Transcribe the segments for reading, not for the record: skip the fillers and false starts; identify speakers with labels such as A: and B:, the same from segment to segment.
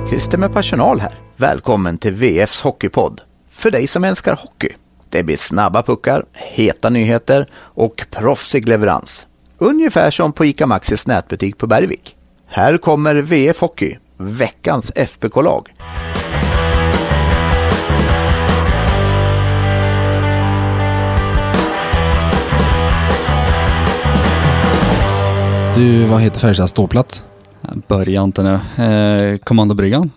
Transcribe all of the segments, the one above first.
A: Christer med personal här. Välkommen till VFs hockeypodd. För dig som älskar hockey. Det blir snabba puckar, heta nyheter och proffsig leverans. Ungefär som på ICA Maxis nätbutik på Bergvik. Här kommer VF Hockey, veckans FBK-lag.
B: Du, vad heter Färjestads ståplats?
C: Börja inte nu. Kommandobryggan.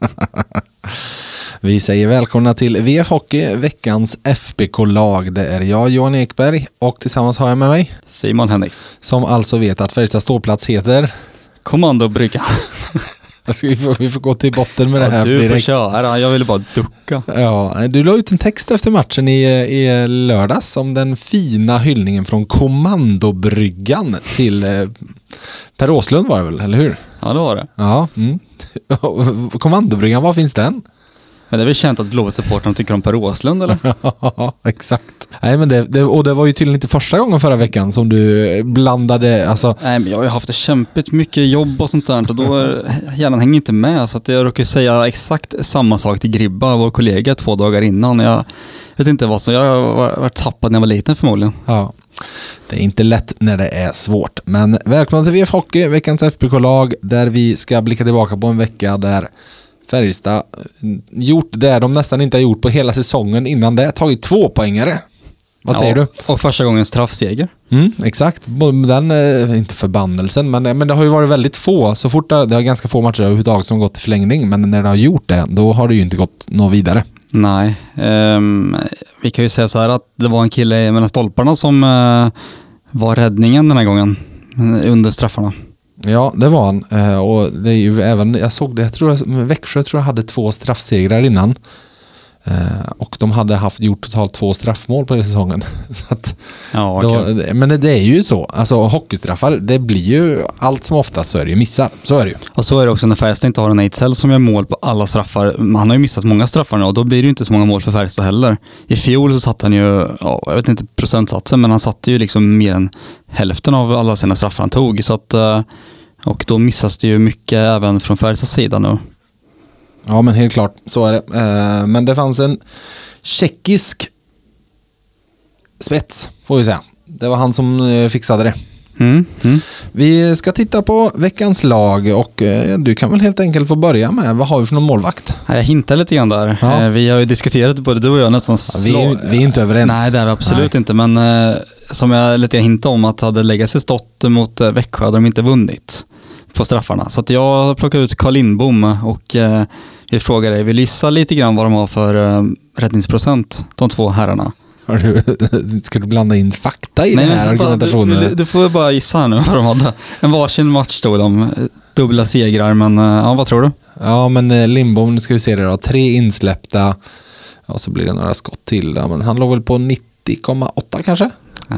B: Vi säger välkomna till VF Hockey, veckans FBK-lag. Det är jag, Johan Ekberg, och tillsammans har jag med mig
C: Simon Henriks.
B: Som alltså vet att Färjestads ståplats heter
C: Kommandobryggan.
B: Vi får gå till botten med det här
C: du
B: direkt.
C: Får köra, jag ville bara ducka.
B: Ja, du la ut en text efter matchen i lördags om den fina hyllningen från Kommandobryggan till Per Åslund var det väl, eller hur?
C: Ja, det var det.
B: Ja, Kommandobryggan, var finns den?
C: Men det är väl känt att Blåvitt-supportrarna tycker om Per Åslund, eller?
B: Ja, exakt. Nej, men det var ju tydligen inte första gången förra veckan som du blandade, alltså...
C: Nej, men jag har ju haft det kämpigt, mycket jobb och sånt där, och då hjärnan hänger inte med, så att jag råkar säga exakt samma sak till Gribba, vår kollega, 2 dagar innan. Jag vet inte vad som, jag var tappad när jag var liten förmodligen.
B: Ja. Det är inte lätt när det är svårt. Men välkommen till VF Hockey, veckans FBK-lag, där vi ska blicka tillbaka på en vecka där Färjestad gjort det de nästan inte har gjort på hela säsongen innan det. Tagit 2-poängare. Vad säger du?
C: Och första gången straffseger.
B: Exakt. Den, inte förbannelsen, men det har ju varit väldigt få. Så fort det har ganska få matcher överhuvudtaget som gått i förlängning. Men när det har gjort det, då har det ju inte gått något vidare.
C: Nej. Vi kan ju säga så här att det var en kille mellan stolparna som var räddningen den här gången under straffarna.
B: Ja, det var han. Och det är ju även, jag såg det, Växjö tror jag hade 2 straffsegrar innan. Och de hade gjort totalt 2 straffmål på den säsongen. Så att
C: ja,
B: då, men det är ju så. Alltså hockeystraffar, det blir ju allt som oftast så är det ju missar. Så är det ju.
C: Och så är det också när Färjestad inte har en Ejdsell som gör mål på alla straffar. Han har ju missat många straffar nu och då blir det ju inte så många mål för Färjestad heller. I fjol så satt han ju, jag vet inte procentsatsen, men han satte ju liksom mer än hälften av alla sina straffar han tog. Så att, och då missas det ju mycket även från Färjestads sida nu.
B: Ja, men helt klart, så är det. Men det fanns en tjeckisk spets, får vi säga. Det var han som fixade det. Vi ska titta på veckans lag och du kan väl helt enkelt få börja med, vad har vi för någon målvakt?
C: Jag hintar lite grann där. Ja. Vi har ju diskuterat både du och jag nästan.
B: Vi är inte överens.
C: Nej, det är vi absolut inte, men som jag lite hintade om att hade Legacy stått mot Växjö hade de inte vunnit på straffarna. Så att jag plockar ut Carl Lindbom och jag frågar dig, vill gissa lite grann vad de har för räddningsprocent, de 2 herrarna?
B: Ska du blanda in fakta i den här argumentationen?
C: Du får bara gissa här nu vad de hade. En varsin match stod de, dubbla segrar, men ja, vad tror du? Ja,
B: men Lindbom, nu ska vi se det då, 3 insläppta och så blir det några skott till. Ja, men han låg väl på 90,8 kanske?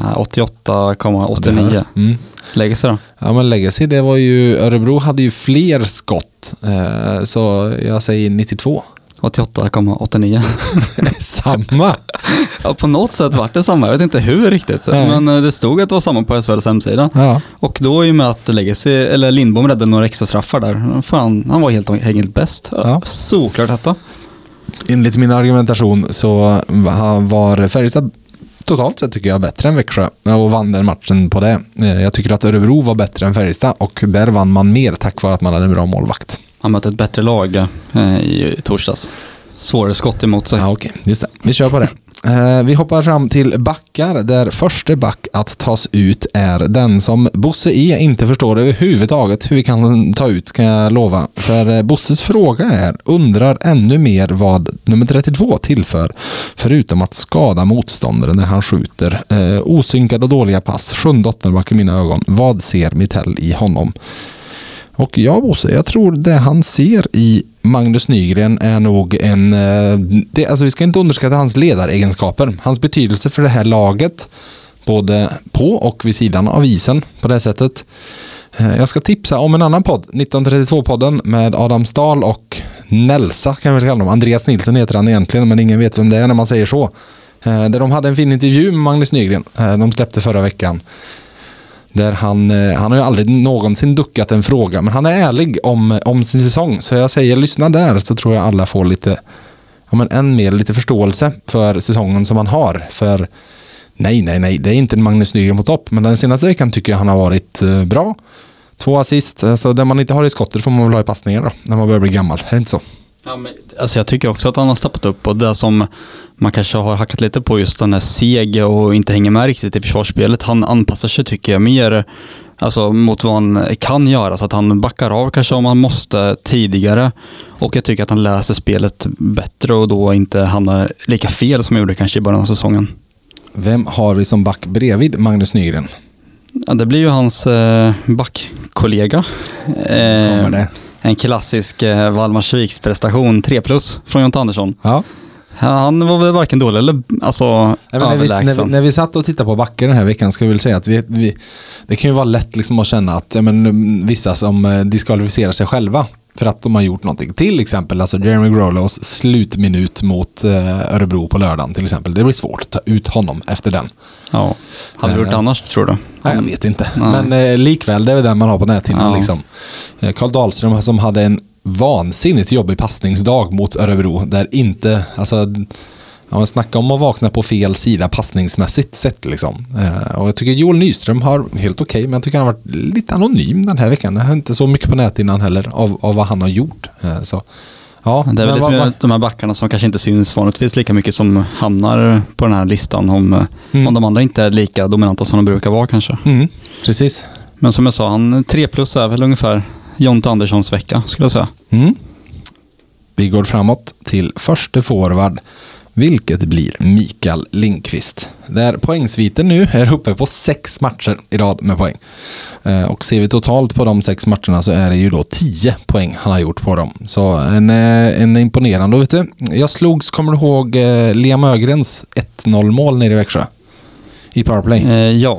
C: 88,89. Legacy då?
B: Ja, men Legacy, det var ju, Örebro hade ju fler skott, så jag säger 92.
C: 88,89.
B: Samma.
C: Ja, på något sätt var det samma. Jag vet inte hur riktigt. Men det stod att det var samma på SHLs hemsida. Ja. Och då i och med att Legacy, eller Lindbom räddade några extra straffar där. För han var helt enkelt bäst. Ja. Såklart detta.
B: Enligt min argumentation så var Färjestad totalt sett tycker jag bättre än Växjö och vann den matchen på det. Jag tycker att Örebro var bättre än Färjestad och där vann man mer tack vare att man hade en bra målvakt.
C: Han mötte ett bättre lag i torsdags. Svårare skott emot sig.
B: Ja, okej. Just det. Vi kör på det. Vi hoppar fram till backar där första back att tas ut är den som Bosse E inte förstår överhuvudtaget hur vi kan ta ut, kan jag lova. För Bosses fråga undrar ännu mer vad nummer 32 tillför, förutom att skada motståndare när han skjuter. Osynkade och dåliga pass, 7-8 back i mina ögon. Vad ser Mitell i honom? Och ja, Bosse, jag tror det han ser i Magnus Nygren är nog alltså vi ska inte underskatta hans ledaregenskaper. Hans betydelse för det här laget, både på och vid sidan av isen på det sättet. Jag ska tipsa om en annan podd, 1932-podden med Adam Stahl och Nelsa kan vi kalla dem. Andreas Nilsson heter han egentligen, men ingen vet vem det är när man säger så. Där de hade en fin intervju med Magnus Nygren. De släppte förra veckan. Där han har ju aldrig någonsin duckat en fråga, men han är ärlig om sin säsong. Så jag säger, lyssna där, så tror jag alla får lite, än mer lite förståelse för säsongen som han har. För nej, det är inte en Magnus Nygren på topp, men den senaste veckan tycker jag han har varit bra. 2 assist, alltså det man inte har i skottet får man väl ha i passningar då, när man börjar bli gammal, är det inte så?
C: Ja, men, alltså jag tycker också att han har steppat upp, och det som man kanske har hackat lite på, just den här seg och inte hänger med riktigt i försvarsspelet. Han anpassar sig, tycker jag, mer alltså, mot vad han kan göra, så att han backar av kanske om han måste tidigare, och jag tycker att han läser spelet bättre och då inte hamnar lika fel som han gjorde kanske i början av säsongen.
B: Vem har vi som back bredvid Magnus Nygren?
C: Ja, det blir ju hans backkollega.
B: Kommer det?
C: En klassisk Valdemarsviks prestation, 3+ från Jonte Andersson.
B: Ja.
C: Han var väl varken dålig eller
B: när vi satt och tittade på backar den här veckan, ska vi väl säga att det kan ju vara lätt liksom att känna att vissa som diskvalificerar sig själva för att de har gjort någonting. Till exempel alltså Jeremy Grolos slutminut mot Örebro på lördagen till exempel. Det blir svårt att ta ut honom efter den.
C: Ja, hade du gjort annars, tror du?
B: Nej, jag vet inte. Nej. Men likväl, det är den man har på näthinnan. Ja. Liksom. Carl Dahlström som hade en vansinnigt jobbig passningsdag mot Örebro, där inte, alltså, man snackar om att vakna på fel sida passningsmässigt sett liksom. Och jag tycker Joel Nyström har helt okej, men jag tycker han har varit lite anonym den här veckan. Jag har inte så mycket på näthinnan heller av vad han har gjort. Så ja,
C: det är väl lite de här backarna som kanske inte syns vanligtvis lika mycket, som hamnar på den här listan om de andra inte är lika dominanta som de brukar vara kanske.
B: Precis.
C: Men som jag sa, han 3+ är väl ungefär Jonte Anderssons vecka, skulle jag säga.
B: Vi går framåt till första forward, vilket blir Mikael Lindqvist. Där poängsviten nu är uppe på 6 matcher i rad med poäng. Och ser vi totalt på de 6 matcherna så är det ju då 10 poäng han har gjort på dem. Så en imponerande. Vet du, jag kommer du ihåg Liam Ögrens 1-0 mål nere i Växjö i powerplay?
C: Ja.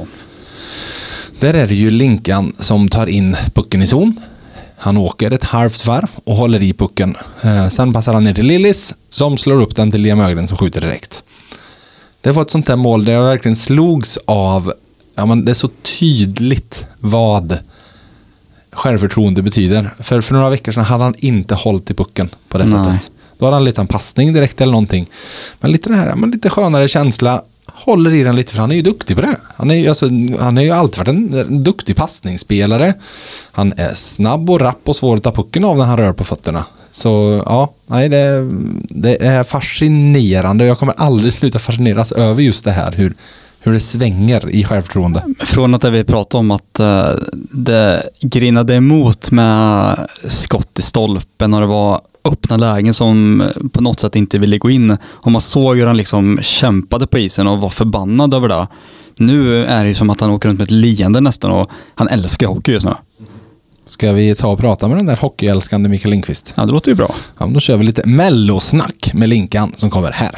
B: Där är det ju Linkan som tar in pucken i zon. Han åker ett halvt varv och håller i pucken. Sen passar han ner till Lillis som slår upp den till Liam Ögren som skjuter direkt. Det var ett sånt där mål där jag verkligen slogs av, det är så tydligt vad självförtroende betyder. För några veckor sedan hade han inte hållit i pucken på det sättet. Då hade han lite en passning direkt eller någonting. Men lite det här, lite skönare känsla. Håller i den lite, för han är ju duktig på det. Han är ju alltid varit en duktig passningsspelare. Han är snabb och rapp och svår att ta pucken av när han rör på fötterna. Så ja, nej, det är fascinerande. Jag kommer aldrig sluta fascineras över just det här, hur det svänger i självförtroende.
C: Från att vi pratade om att det grinade emot med skott i stolpen och det var öppna lägen som på något sätt inte ville gå in, och man såg hur han liksom kämpade på isen och var förbannad över det. Nu är det ju som att han åker runt med ett leende nästan, och han älskar hockey just nu.
B: Ska vi ta och prata med den där hockeyälskande Mikael Lindqvist?
C: Ja, det låter ju bra.
B: Ja, då kör vi lite mellosnack med Linkan som kommer här.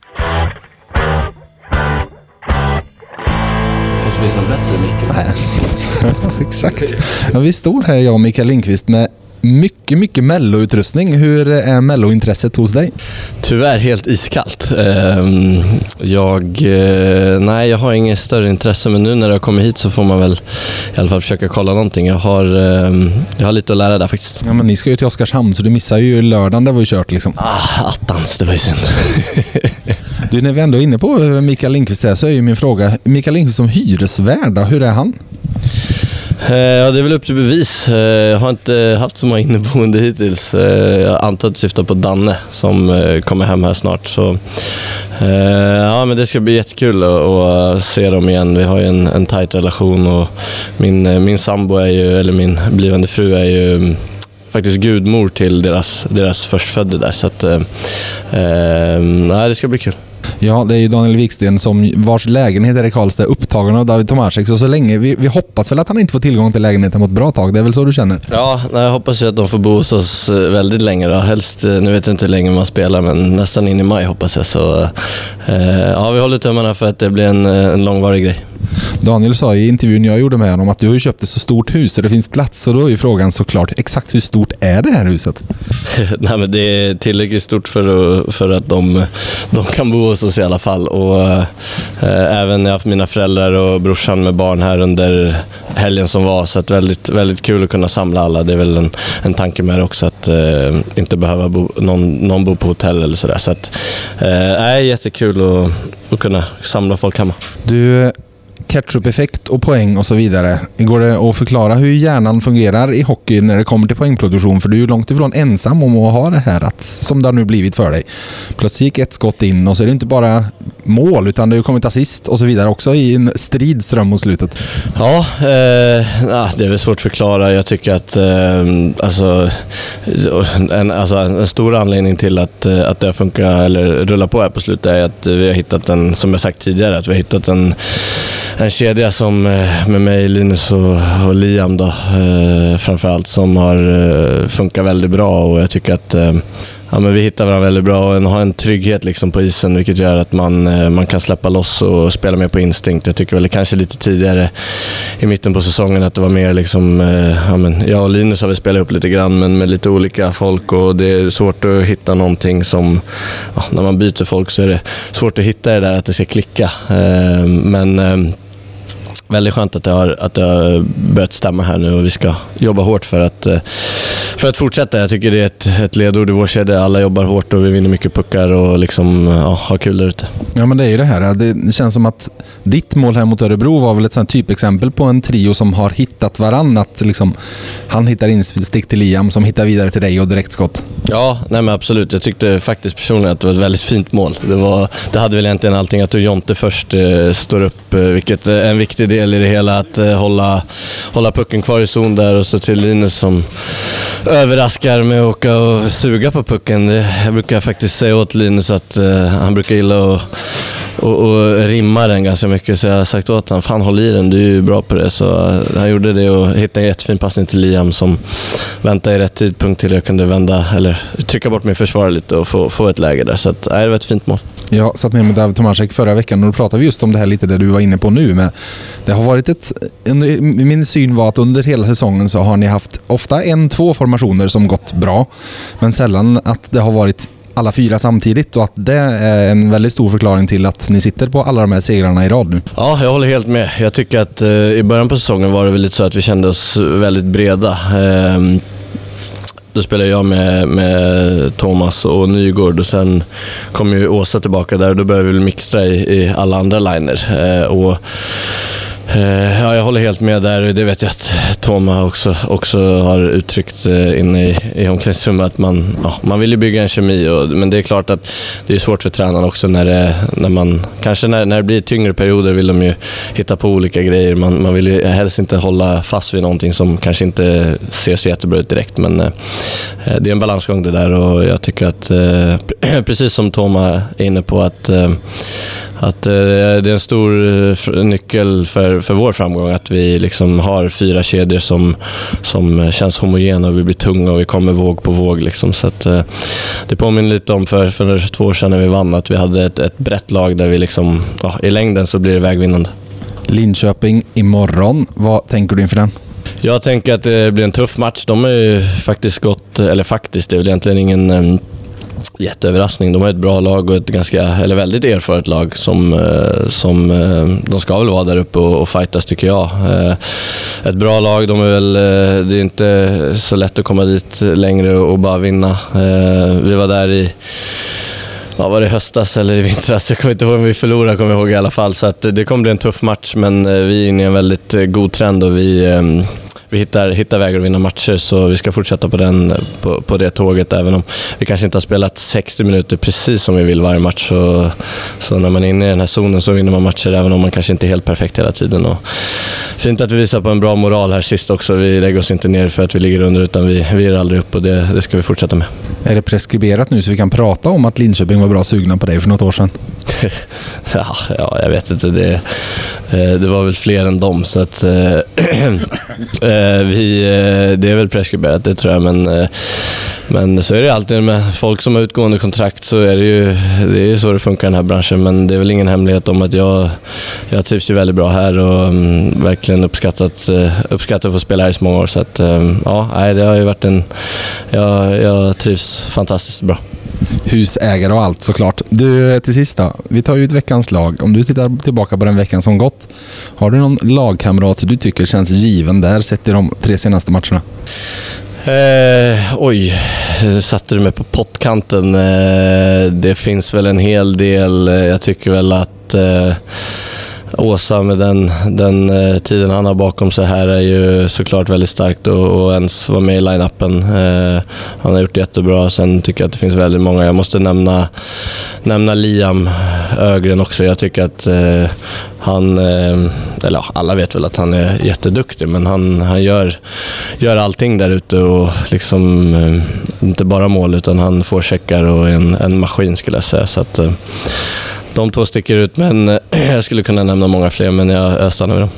A: Det finns något bättre, Mikael.
B: Nej. Exakt. Ja, vi står här, jag och Mikael Lindqvist, med mycket melloutrustning. Hur är mellointresset hos dig?
D: Tyvärr helt iskallt. Jag har inget större intresse, men nu när jag kommer hit så får man väl i alla fall försöka kolla någonting. Jag har lite att lära där faktiskt.
B: Ja, men ni ska ju till Oskarshamn, så du missar ju lördagen, det var ju kört liksom.
D: Attans, det var ju synd.
B: Du, när vi ändå är inne på Mikael Lindqvist här, så är ju min fråga, Mikael Lindqvist som hyresvärd, hur är han?
D: Ja, det är väl upp till bevis. Jag har inte haft så många inneboende hittills. Jag antar att syftar på Danne som kommer hem här snart. Så, ja, men det ska bli jättekul att se dem igen. Vi har ju en tajt relation, och min sambo är ju, eller min blivande fru är ju faktiskt gudmor till deras förstfödde där. Så att, det ska bli kul.
B: Ja, det är ju Daniel Wiksten som vars lägenhet är i Karlstad upptagen av David Tomasek. Så länge, vi hoppas väl att han inte får tillgång till lägenheten på ett bra tag. Det är väl så du känner?
D: Ja, jag hoppas ju att de får bo hos oss väldigt länge då. Helst, nu vet jag inte hur länge man spelar, men nästan in i maj hoppas jag. Så ja, vi håller tummarna för att det blir en långvarig grej.
B: Daniel sa i intervjun jag gjorde med honom att du har ju köpt ett så stort hus och det finns plats, och då är ju frågan såklart exakt hur stort är det här huset?
D: Nej, men det är tillräckligt stort för att de kan bo hos oss i alla fall, och även jag har haft mina föräldrar och brorsan med barn här under helgen som var, så att väldigt, väldigt kul att kunna samla alla. Det är väl en tanke med det också, att inte behöva någon bo på hotell eller sådär, så att jättekul att kunna samla folk hemma.
B: Du, ketchup-effekt och poäng och så vidare. Går det att förklara hur hjärnan fungerar i hockey när det kommer till poängproduktion? För du är ju långt ifrån ensam om att ha det här, att, som det har nu blivit för dig. Plötsligt gick ett skott in och så är det inte bara mål, utan det har kommit assist och så vidare också i en stridström mot slutet.
D: Ja, det är väl svårt att förklara. Jag tycker att en stor anledning till att det funkar eller rullar på här på slutet är att vi har hittat som jag sagt tidigare, att vi har hittat en kedja som med mig, Linus och Liam då, framförallt, som har funkat väldigt bra, och jag tycker att men vi hittar varandra väldigt bra och har en trygghet liksom på isen, vilket gör att man kan släppa loss och spela mer på instinkt. Jag tycker väl kanske lite tidigare i mitten på säsongen att det var mer liksom, jag och Linus har vi spelat upp lite grann, men med lite olika folk, och det är svårt att hitta någonting som, när man byter folk så är det svårt att hitta det där att det ska klicka. Men väldigt skönt att det har börjat stämma här nu, och vi ska jobba hårt för att fortsätta. Jag tycker det är ett ledord i vår kedja. Alla jobbar hårt och vi vinner mycket puckar och liksom har kul där ute.
B: Ja, men det är ju det här. Det känns som att ditt mål här mot Örebro var väl ett sånt typexempel på en trio som har hittat varann. Att liksom, han hittar instick till Liam som hittar vidare till dig och direktskott.
D: Ja, nej men absolut. Jag tyckte faktiskt personligen att det var ett väldigt fint mål. Det hade väl egentligen allting att Jonte först står upp, vilket är en viktig del i det hela, att hålla pucken kvar i zon där, och så till Linus som överraskar med att åka och suga på pucken. Jag brukar faktiskt säga åt Linus att han brukar gilla och rimma den ganska mycket, så jag har sagt åt han, fan håll i den, du är ju bra på det. Så han gjorde det och hittade en jättefin passning till Liam som väntade i rätt tidpunkt till jag kunde vända eller trycka bort min försvar lite och få ett läge där. Så att, det var ett fint mål. Jag
B: satt med David Tomasek förra veckan och då pratade vi just om det här lite där du var inne på nu. Men det har varit min syn var att under hela säsongen så har ni haft ofta 1-2 formationer som gått bra, men sällan att det har varit alla 4 samtidigt, och att det är en väldigt stor förklaring till att ni sitter på alla de här segrarna i rad nu.
D: Ja, jag håller helt med. Jag tycker att i början på säsongen var det väl lite så att vi kände oss väldigt breda. Då spelade jag med Thomas och Nygård, och sen kom ju Åsa tillbaka där, och då började vi mixtra i alla andra liner. Jag håller helt med där. Det vet jag att Thomas också har uttryckt inne i omklädningsrummet, att man vill ju bygga en kemi, men det är klart att det är svårt för tränaren också när det blir tyngre perioder vill de ju hitta på olika grejer. Man vill ju helst inte hålla fast vid någonting som kanske inte ser så jättebra ut direkt, men det är en balansgång det där, och jag tycker att precis som Thomas är inne på att det är en stor nyckel för vår framgång att vi liksom har 4 kedjor som känns homogena, och vi blir tunga och vi kommer våg på våg liksom. Så att det påminner lite om för 2 år sedan när vi vann, att vi hade ett brett lag där vi liksom, i längden så blir det vägvinnande.
B: Linköping imorgon, vad tänker du inför den?
D: Jag tänker att det blir en tuff match. De har ju faktiskt det är väl egentligen ingen jätteöverraskning. De har ett bra lag och ett väldigt erfaret lag som de ska väl vara där uppe och fightas, tycker jag. Ett bra lag, det är inte så lätt att komma dit längre och bara vinna. Vi var där var det höstas eller i vintras? Jag kommer inte ihåg om vi förlorade, kommer jag ihåg i alla fall. Så att det kommer bli en tuff match, men vi är inne i en väldigt god trend, och vi hittar vägar att vinna matcher, så vi ska fortsätta på det tåget, även om vi kanske inte har spelat 60 minuter precis som vi vill varje match. Så när man är inne i den här zonen så vinner man matcher, även om man kanske inte är helt perfekt hela tiden. Och fint att vi visar på en bra moral här sist också. Vi lägger oss inte ner för att vi ligger under, utan vi är aldrig upp, och det ska vi fortsätta med.
B: Är det preskriberat nu så vi kan prata om att Linköping var bra sugna på dig för något år sedan?
D: Ja, jag vet inte. Det var väl fler än dem, så att Det är väl preskriberat, det tror jag, men så är det alltid med folk som har utgående kontrakt, så är det är så det funkar i den här branschen. Men det är väl ingen hemlighet om att jag trivs ju väldigt bra här och verkligen uppskattat att få spela här i så många år. Så att det har ju varit jag trivs fantastiskt bra.
B: Husägare och allt såklart. Du, till sist då. Vi tar ju ut veckans lag. Om du tittar tillbaka på den veckan som gått, har du någon lagkamrat du tycker känns given där sett i de 3 senaste matcherna?
D: Satte du mig på pottkanten. Det finns väl en hel del. Jag tycker väl att Åsa med den tiden han har bakom sig här är ju såklart väldigt starkt och ens vara med i line-upen. Han har gjort det jättebra. Sen tycker jag att det finns väldigt många. Jag måste nämna Liam Ögren också. Jag tycker att alla vet väl att han är jätteduktig, men han gör allting där ute och liksom inte bara mål, utan han får checkar och en maskin skulle jag säga. Så att de 2 sticker ut, men jag skulle kunna nämna många fler, men jag stannar med dem.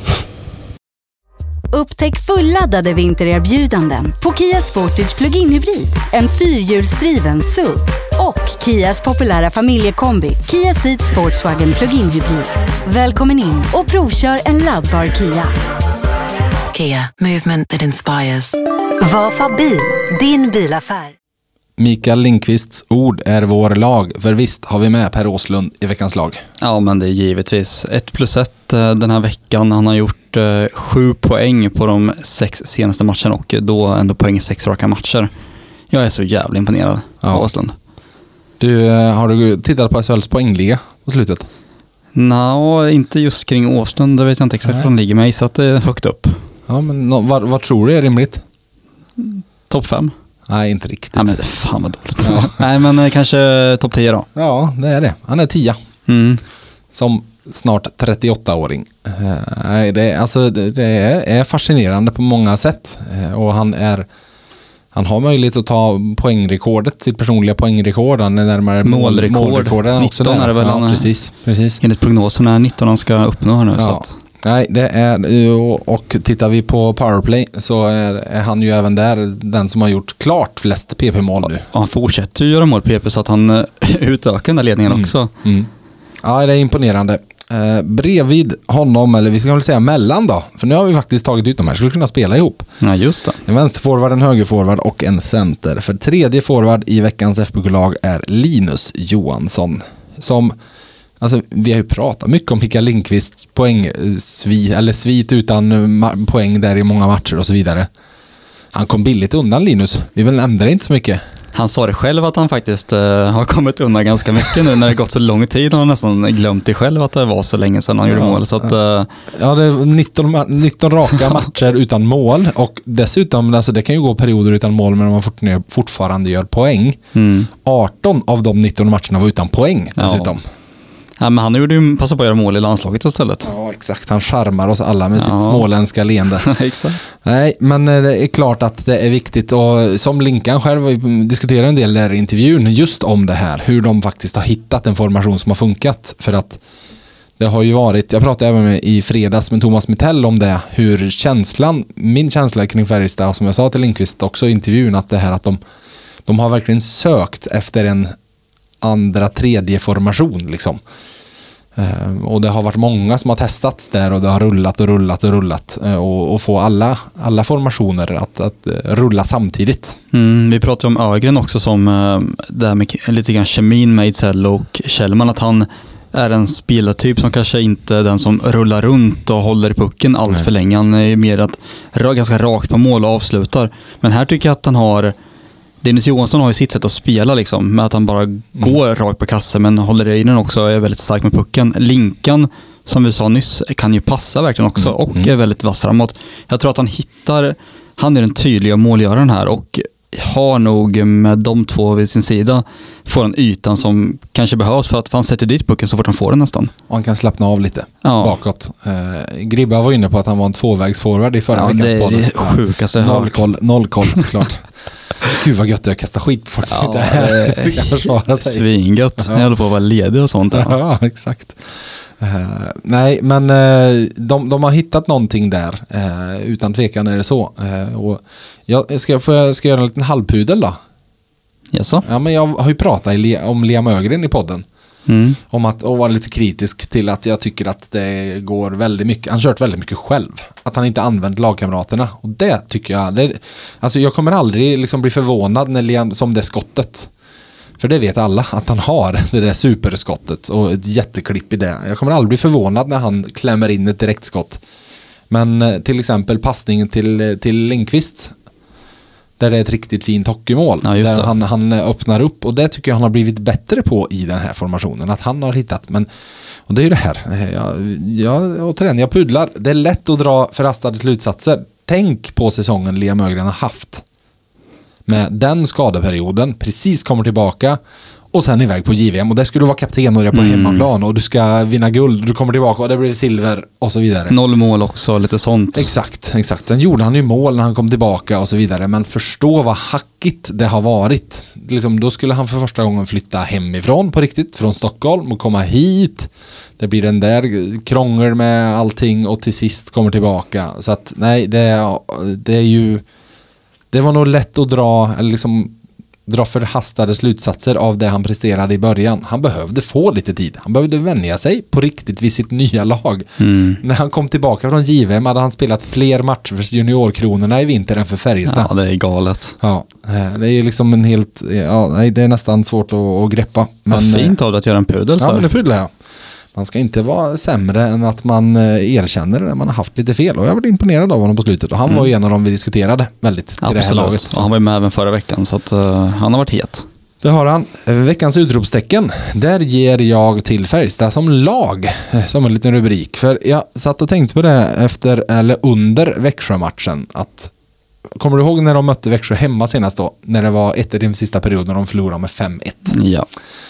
E: Upptäck fulladdade vintererbjudanden på Kia Sportage Plug-in Hybrid, en 4-hjulsdriven SUV, och Kias populära familjekombi Kia Ceed Sportswagen Plug-in Hybrid. Välkommen in och provkör en laddbar Kia.
F: Kia, movement that inspires.
E: Vafa bil, din bilaffär.
B: Mikael Lindqvists ord är vår lag, för visst har vi med Per Åslund i veckans lag.
C: Ja, men det är givetvis 1+1 den här veckan. Han har gjort 7 poäng på de 6 senaste matcherna och då ändå poäng i 6 raka matcher. Jag är så jävla imponerad av Åslund.
B: Har du tittat på SHLs poängliga på slutet?
C: Nej, inte just kring Åslund. Det vet jag inte exakt var han ligger med, så att det är högt upp.
B: Ja, men vad tror du är rimligt?
C: Topp 5.
B: Nej, inte riktigt.
C: Ja, men fan vad dåligt. Ja. Nej, men kanske topp 10 då.
B: Ja, det är det. Han är 10. Som snart 38-åring. Det är fascinerande på många sätt. Och han har möjlighet att ta poängrekordet, sitt personliga poängrekord. Han är närmare målrekord.
C: 19 är det väl.
B: Ja, precis.
C: Enligt prognoserna är 19 han ska uppnå här nu.
B: Ja.
C: Så att.
B: Nej, det är, och tittar vi på powerplay så är han ju även där den som har gjort klart flest PP-mål nu.
C: Han fortsätter ju göra mål PP så att han utökar den där ledningen också.
B: Ja, det är imponerande. Bredvid honom, eller vi ska väl säga mellan då, för nu har vi faktiskt tagit ut de här, skulle kunna spela ihop.
C: Ja, just det.
B: En vänsterforward, en högerforward och en center. För tredje forward i veckans FBK-lag är Linus Johansson, som... Alltså, vi har ju pratat mycket om Mikael Lindqvists svit utan poäng där i många matcher och så vidare. Han kom billigt undan, Linus. Vi väl nämnde det inte så mycket.
C: Han sa det själv att han faktiskt har kommit undan ganska mycket nu när det gått så lång tid. Han har nästan glömt det själv att det var så länge sedan han gjorde mål. Så att,
B: ja, det är 19 raka matcher utan mål, och dessutom, alltså, det kan ju gå perioder utan mål men man fortfarande gör poäng. 18 av de 19 matcherna var utan poäng dessutom.
C: Ja, men han gjorde ju passa på att göra mål i landslaget istället.
B: Ja, exakt. Han charmar oss alla med sitt småländska leende.
C: Exakt.
B: Nej, men det är klart att det är viktigt, och som Linkan själv diskuterar en del där i intervjun just om det här, hur de faktiskt har hittat en formation som har funkat. För att det har ju varit, jag pratade även med i fredags med Thomas Mittell om det, hur min känsla kring Färjestad, och som jag sa till Lindqvist också i intervjun, att det här att de har verkligen sökt efter en andra, tredje formation liksom. Och det har varit många som har testats där, och det har rullat och få alla formationer att rulla samtidigt.
C: Vi pratade om Ögren också, som där med lite grann kemin med Ejdsell och Kjellman, att han är en spelartyp som kanske inte är den som rullar runt och håller i pucken allt för länge. Han är mer att ganska rakt på mål och avslutar. Men här tycker jag att han har... Linus Johansson har ju sitt sätt att spela liksom, med att han bara går rakt på kassen men håller i den också, är väldigt stark med pucken. Linkan, som vi sa nyss, kan ju passa verkligen också och är väldigt vass framåt. Jag tror att han är den tydliga målgöraren här, och har nog med de två vid sin sida får en ytan som kanske behövs för att han sätter dit pucken så fort han får den nästan. Och
B: han kan slappna av lite bakåt. Gribba var inne på att han var en tvåvägsforward i förra veckans podd.
C: Det är sjukaste.
B: Noll koll såklart. Gud vad gött, jag kastar skit på folk som inte kan försvara sig.
C: Svingött. Jag håller på att vara ledig och sånt.
B: Ja, exakt. Nej, men de har hittat någonting där. Utan tvekan är det så. Och jag ska göra en liten halvpudel då.
C: Jaså?
B: Ja, men jag har ju pratat om Liam Ögren i podden. Om att vara lite kritisk till att jag tycker att det går väldigt mycket. Han kört väldigt mycket själv. Att han inte använt lagkamraterna. Och det tycker jag. Alltså jag kommer aldrig liksom bli förvånad när Liam, som det skottet. För det vet alla att han har det där superskottet och ett jätteklipp i det. Jag kommer aldrig bli förvånad när han klämmer in ett direktskott. Men till exempel passningen till Lindqvist, där det är ett riktigt fint hockeymål.
C: Ja, just
B: där
C: det.
B: han öppnar upp, och det tycker jag han har blivit bättre på i den här formationen. Att han har hittat, och det är ju det här. Återigen, jag pudlar. Det är lätt att dra förhastade slutsatser. Tänk på säsongen Liam Ögren har haft. Med den skadeperioden, precis kommer tillbaka och sen iväg på JVM, och det skulle vara kapten och det på hemmaplan och du ska vinna guld, du kommer tillbaka och det blir silver och så vidare.
C: 0 mål också, lite sånt.
B: Exakt. Sen gjorde han ju mål när han kom tillbaka och så vidare, men förstå vad hackigt det har varit. Liksom, då skulle han för första gången flytta hemifrån på riktigt, från Stockholm, och komma hit. Det blir den där krångel med allting och till sist kommer tillbaka. Så att nej, det är ju, det var nog lätt att dra förhastade slutsatser av det han presterade i början. Han behövde få lite tid. Han behövde vänja sig på riktigt vid sitt nya lag. När han kom tillbaka från JVM hade han spelat fler matcher för juniorkronorna i vinter än för Färjestad.
C: Ja, det är galet.
B: Ja, det är ju liksom en helt... Ja, nej, det är nästan svårt att greppa. Men,
C: vad fint av dig att göra en pudel.
B: Ja, men det pudlar jag. Man ska inte vara sämre än att man erkänner när man har haft lite fel. Och jag har varit imponerad av honom på slutet. Och han var ju en av dem vi diskuterade väldigt i det här laget.
C: Och han var ju med även förra veckan, så att han har varit het.
B: Det har han. Veckans utropstecken. Där ger jag till Färjestad som lag. Som en liten rubrik. För jag satt och tänkte på det under Växjö-matchen. Kommer du ihåg när de mötte Växjö hemma senast då? När det var 1-1 i den sista perioden och de förlorade med 5-1.
C: Ja.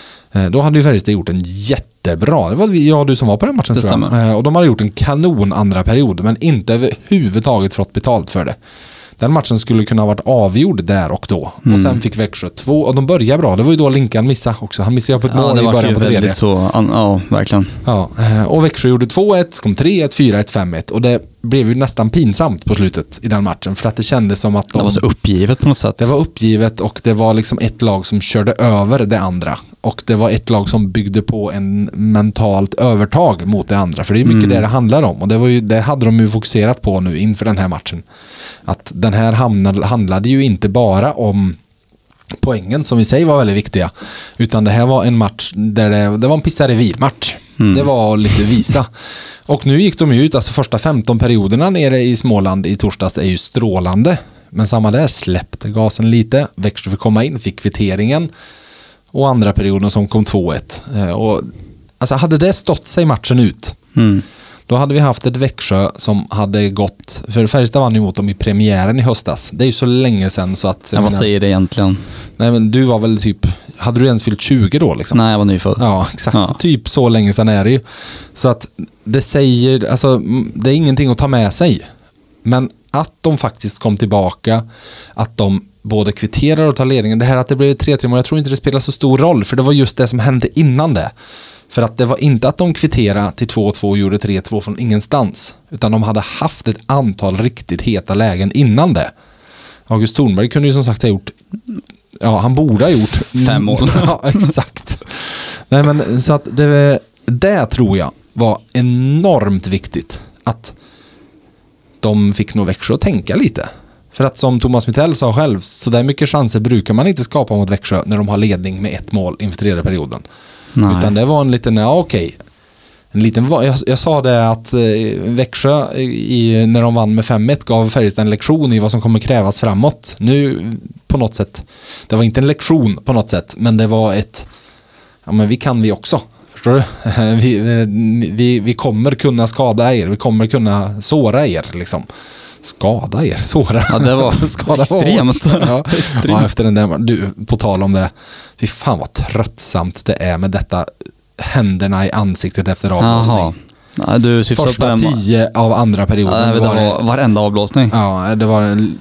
B: Då hade ju Färjestad gjort en jättebra. Det var jag och du som var på den matchen.
C: Det stämmer.
B: Och de hade gjort en kanon andra period, men inte överhuvudtaget fått betalt för det. Den matchen skulle kunna ha varit avgjord där och då. Och sen fick Växjö 2, och de började bra. Det var ju då Linkan missade också. Han missade på ett mål i början på tredje.
C: Ja, verkligen.
B: Ja, och Växjö gjorde 2-1, så kom 3-1, 4-1, 5-1. Och det blev ju nästan pinsamt på slutet i den matchen. För att det kändes som att
C: det var så uppgivet på något sätt.
B: Det var uppgivet, och det var liksom ett lag som körde över det andra. Och det var ett lag som byggde på en mentalt övertag mot det andra. För det är mycket det handlar om. Och det hade de ju fokuserat på nu inför den här matchen. Att den här handlade ju inte bara om poängen, som i sig var väldigt viktiga, utan det här var en match där det var en pissa-revir-match. Det var lite visa. Och nu gick de ju ut, alltså första 15 perioderna nere i Småland i torsdags är ju strålande. Men samma där, släppte gasen lite. Växjö fick komma in, fick kvitteringen. Och andra perioden som kom 2-1. Och alltså hade det stått sig matchen ut, då hade vi haft ett Växjö som hade gått, för Färjestad vann emot dem i premiären i höstas. Det är ju så länge sedan så att...
C: Vad säger det egentligen?
B: Nej, men du var väl typ... Hade du ens fyllt 20 då liksom?
C: Nej, jag var nyfödd.
B: Ja, exakt. Ja. Typ så länge sedan är det ju. Så att det säger... Alltså, det är ingenting att ta med sig. Men att de faktiskt kom tillbaka, att de både kvitterar och tar ledningen. Det här att det blev 3-3 mål, jag tror inte det spelar så stor roll, för det var just det som hände innan det. För att det var inte att de kvitterade till 2-2 och gjorde 3-2 från ingenstans, utan de hade haft ett antal riktigt heta lägen innan det. August Thornberg kunde ju som sagt ha gjort, ja, han borde ha gjort
C: 5 mål.
B: Ja, exakt. Nej, men så att det tror jag var enormt viktigt, att de fick nog Växjö att tänka lite. För att som Thomas Mittell sa själv, så där mycket chanser brukar man inte skapa mot Växjö när de har ledning med 1 mål inför tredje perioden. Nej. Utan det var en liten, en liten, jag sa det att Växjö när de vann med 5-1 gav Färjestad en lektion i vad som kommer krävas framåt. Nu på något sätt, det var inte en lektion på något sätt, men det var ett, ja men vi kan vi också. Förstår du? Vi kommer kunna skada er, vi kommer kunna såra er liksom. Skada er, såra.
C: Ja, det var extremt.
B: Ja. Extremt. Ja, efter den där, du, på tal om det, fy fan vad tröttsamt det är med detta händerna i ansiktet efter avblåsning.
C: Ja, du
B: första 10 av andra perioden.
C: Ja, det var varenda avblåsning.
B: Ja, det var en...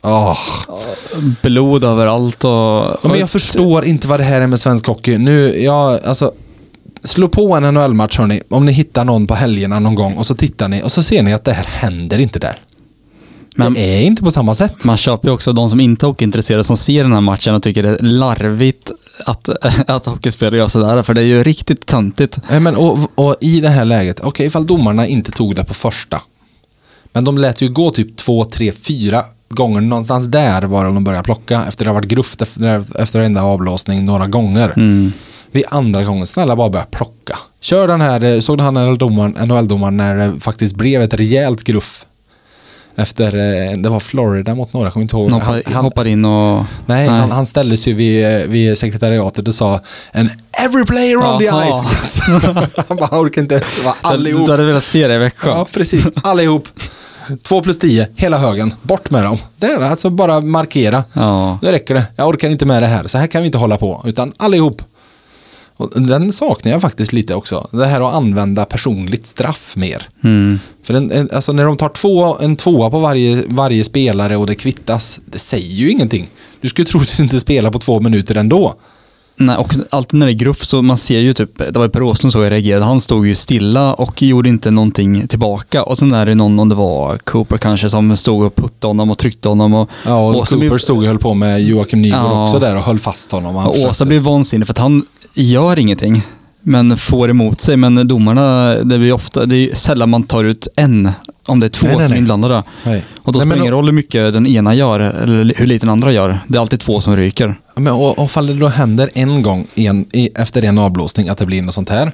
C: blod överallt och...
B: Men jag förstår inte vad det här är med svensk hockey. Nu, alltså Slå på en NHL-match, hörni. Om ni hittar någon på helgerna någon gång och så tittar ni och så ser ni att det här händer inte där. Men det är inte på samma sätt.
C: Man köper ju också de som inte är hockeyintresserade som ser den här matchen och tycker det är larvigt att hockeyspelare gör sådär, för det är ju riktigt töntigt.
B: Men och i det här läget, okej, ifall domarna inte tog det på första, men de lät ju gå typ 2, 3, 4 gånger någonstans där var de började plocka efter det har varit gruft efter enda avblåsning några gånger. Vid andra gången, snälla bara börja plocka. Kör den här, såg han NHL-domaren när det faktiskt blev ett rejält gruff efter, det var Florida mot några, jag kommer inte ihåg.
C: Han hoppade in och...
B: Nej. Han ställde sig vid sekretariatet och sa en every player on the ice. Han bara orkar inte ens vara allihop.
C: Du hade velat se det i Växjö.
B: Ja, precis. Allihop. 2+10, hela högen. Bort med dem. Det är alltså bara markera.
C: Ja.
B: Nu räcker det. Jag orkar inte med det här. Så här kan vi inte hålla på. Utan allihop. Och den saknar jag faktiskt lite också. Det här att använda personligt straff mer. För alltså när de tar en tvåa på varje spelare och det kvittas, det säger ju ingenting. Du skulle tro att du inte spelar på 2 minuter ändå.
C: Nej, och alltid när det är gruff så man ser ju typ, det var Per Åslund så jag reagerade, han stod ju stilla och gjorde inte någonting tillbaka, och sen är det någon, om det var Cooper kanske, som stod och puttade honom och tryckte honom och
B: Cooper stod och höll på med Joakim Nygård också där och höll fast honom.
C: Och Åsa blir vansinnig för att han gör ingenting men får emot sig, men domarna, det är sällan man tar ut en om det är 2 som är inblandade.
B: Nej.
C: Och då spelar ingen roll hur mycket den ena gör eller hur lite den andra gör. Det är alltid 2 som ryker.
B: Men och fall det då händer en gång efter en avblåsning att det blir något sånt här,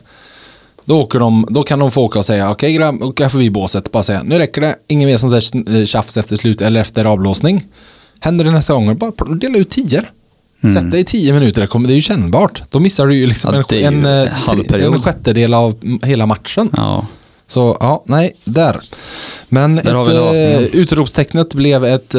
B: då kan de få åka och säga okej, grabb, åka förbi båset, bara säga nu räcker det, ingen mer sånt där tjafs efter slut eller efter avblåsning. Händer det nästa gång, bara dela ut 10. Sätt dig i 10 minuter, det är ju kännbart. Då missar du ju liksom en sjättedel av hela matchen.
C: Ja.
B: Så ja, nej, där. Men
C: där
B: utropstecknet blev ett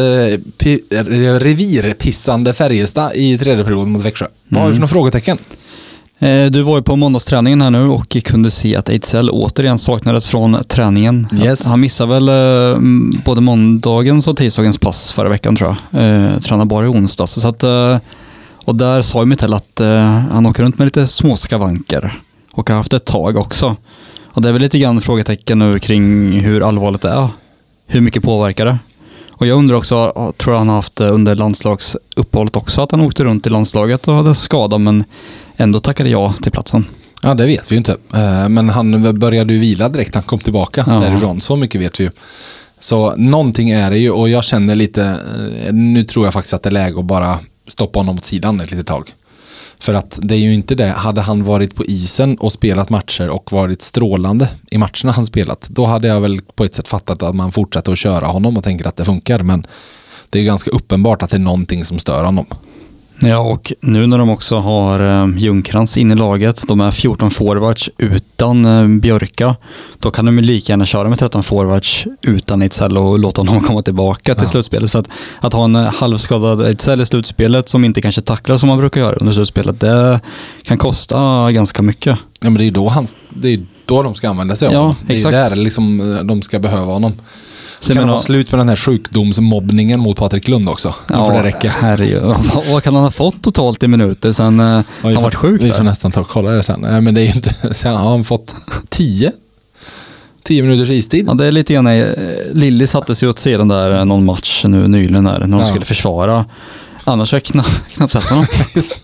B: revirpissande Färjestad i tredje perioden mot Växjö. Vad har vi för några frågetecken?
C: Du var ju på måndagsträningen här nu och kunde se att Ejdsell återigen saknades från träningen.
B: Yes.
C: Han missade väl både måndagens och tisdagens pass förra veckan, tror jag. Tränade bara i onsdags. Så att, och där sa ju Mitell att han åker runt med lite små skavanker och har haft ett tag också. Och det är väl lite grann frågetecken nu kring hur allvarligt det är. Hur mycket påverkar det? Och jag undrar också, tror han har haft under landslagsuppehållet också, att han åkte runt i landslaget och hade skada men ändå tackade jag till platsen.
B: Ja, det vet vi ju inte. Men han började ju vila direkt han kom tillbaka därifrån. Så mycket vet vi ju. Så någonting är det ju, och jag känner lite, nu tror jag faktiskt att det är läge att bara stoppa honom åt sidan ett litet tag. För att det är ju inte det. Hade han varit på isen och spelat matcher och varit strålande i matcherna han spelat, då hade jag väl på ett sätt fattat att man fortsätter att köra honom och tänker att det funkar. Men det är ganska uppenbart att det är någonting som stör honom.
C: Ja, och nu när de också har Ljungkrantz in i laget, de är 14 forwards utan Björka, då kan de ju lika gärna köra med 13 forwards utan Ejdsell och låta honom komma tillbaka till slutspelet. För att ha en halvskadad Ejdsell i slutspelet som inte kanske tacklar som man brukar göra under slutspelet, det kan kosta ganska mycket. Ja,
B: men det är då de ska använda sig av honom. Det är
C: exakt.
B: Där liksom de ska behöva honom. Så kan ha slut med den här sjukdomsmobbningen mot Patrik Lund också. Ja, för det räcker.
C: Vad kan han ha fått totalt i minuter sen han varit sjuk där?
B: Vi får nästan ta och kolla det sen. Nej, men det är ju inte, sen har han fått 10 minuters istid.
C: Ja, det är lite grann. Lilly satte sig åt sidan där någon match nu nyligen när de skulle försvara. Annars har jag knappt sett honom.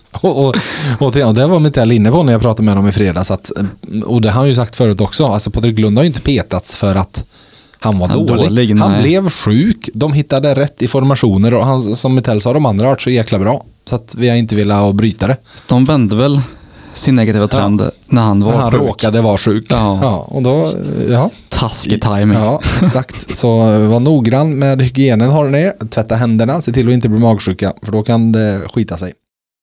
B: och det var mitt inne på när jag pratade med honom i fredags. Och det har han ju sagt förut också. Alltså Patrik Lund har ju inte petats för att han var dålig. Han blev sjuk. De hittade rätt i formationer och han, som Mitell sa, de andra har varit så jäkla bra. Så att vi har inte velat bryta det.
C: De vände väl sin negativa trend när han var
B: han
C: sjuk.
B: Råkade vara sjuk. Ja, och då,
C: taskig timing.
B: Ja, exakt. Så var noggrann med hygienen, har ni. Tvätta händerna, se till att inte bli magsjuka, för då kan det skita sig.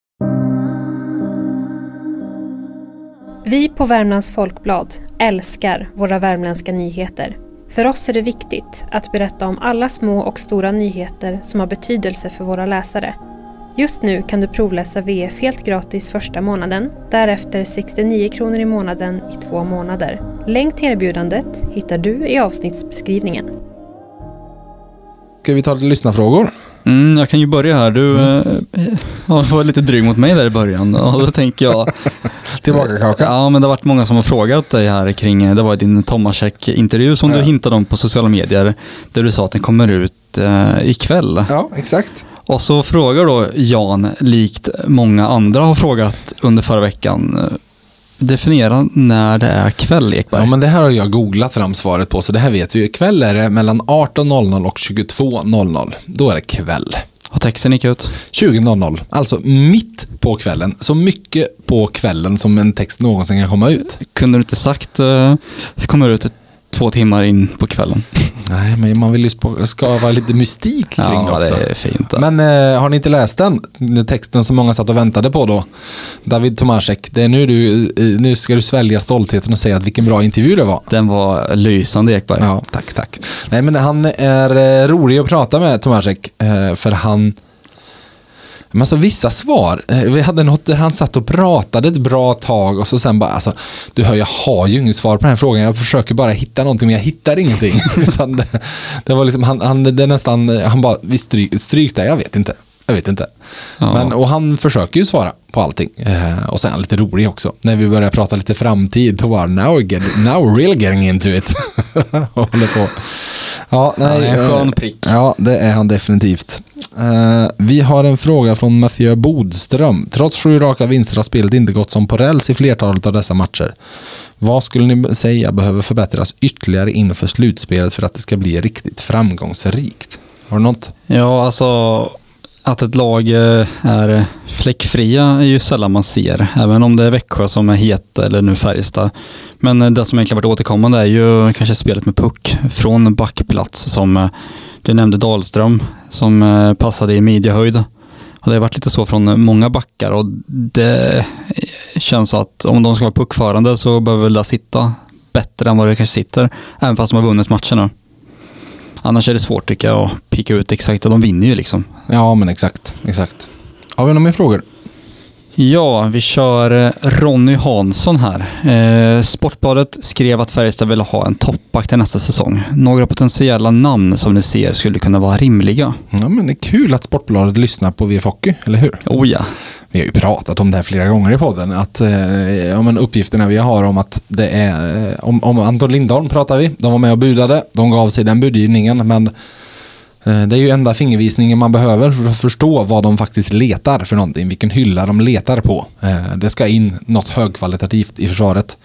G: Vi på Värmlands Folkblad älskar våra värmländska nyheter. För oss är det viktigt att berätta om alla små och stora nyheter som har betydelse för våra läsare. Just nu kan du provläsa VF helt gratis första månaden, därefter 69 kronor i månaden i 2 månader. Länk till erbjudandet hittar du i avsnittsbeskrivningen.
B: Ska vi ta lite lyssnarfrågor?
C: Jag kan ju börja här. Du var lite dryg mot mig där i början. Och då tänker jag...
B: tillbaka kaka.
C: Ja, men det har varit många som har frågat dig här kring, det var din Tomasek-intervju som du hintade om på sociala medier, där du sa att den kommer ut ikväll.
B: Ja, exakt.
C: Och så frågar då Jan, likt många andra har frågat under förra veckan, definiera när det är kväll, Ekberg.
B: Ja, men det här har jag googlat fram svaret på, så det här vet vi ju. Kväll är det mellan 18.00 och 22.00. Då är det kväll.
C: Och texten gick ut?
B: 20.00, alltså mitt på kvällen. Så mycket på kvällen som en text någonsin kan komma ut.
C: Kunde du inte sagt det kommer ut 2 timmar in på kvällen?
B: Nej, men man vill ju skapa lite mystik kring det också.
C: Ja, det är fint.
B: Men har ni inte läst den texten som många satt och väntade på då? David Tomasek, det är nu ska du svälja stoltheten och säga att vilken bra intervju det var.
C: Den var lysande, Ekberg.
B: Ja, tack. Nej, men han är rolig att prata med, Tomasek, för han... Men alltså vissa svar, vi hade något där han satt och pratade ett bra tag och så sen bara, alltså, du hör, jag har ju inget svar på den här frågan, jag försöker bara hitta någonting men jag hittar ingenting. Utan det var liksom, han bara, vi stryk där, jag vet inte. Ja. Men, och han försöker ju svara på allting. Och sen lite rolig också. När vi börjar prata lite framtid, då var now we're really getting into it. Håller på. Ja, nej,
C: en skön prick.
B: Ja, det är han definitivt. Vi har en fråga från Mathieu Bodström. Trots 7 raka vinster har spelet inte gått som på räls i flertalet av dessa matcher. Vad skulle ni säga behöver förbättras ytterligare inför slutspelet för att det ska bli riktigt framgångsrikt? Har du något?
C: Ja, alltså att ett lag är fläckfria är ju sällan man ser, även om det är Växjö som är het eller nu Färjestad. Men det som egentligen varit återkommande är ju kanske spelet med puck från backplats, som du nämnde Dahlström som passade i midjehöjd. Och det har varit lite så från många backar, och det känns så att om de ska vara puckförande så behöver väl det sitta bättre än vad det kanske sitter, även fast de har vunnit matcherna. Annars är det svårt, tycker jag, att pika ut exakt. De vinner ju liksom.
B: Ja, men exakt. Har vi några mer frågor?
C: Ja, vi kör Ronny Hansson här. Sportbladet skrev att Färjestad vill ha en toppback till nästa säsong. Några potentiella namn som ni ser skulle kunna vara rimliga?
B: Ja, men det är kul att Sportbladet lyssnar på VF Hockey, eller hur?
C: Oh ja.
B: Vi har ju pratat om det här flera gånger i podden, att uppgifterna vi har om att det är om Anton Lindholm pratar vi. De var med och budade, de gav sig den budgivningen, men det är ju enda fingervisningen man behöver för att förstå vad de faktiskt letar för någonting, vilken hylla de letar på. Det ska in något högkvalitativt i försvaret.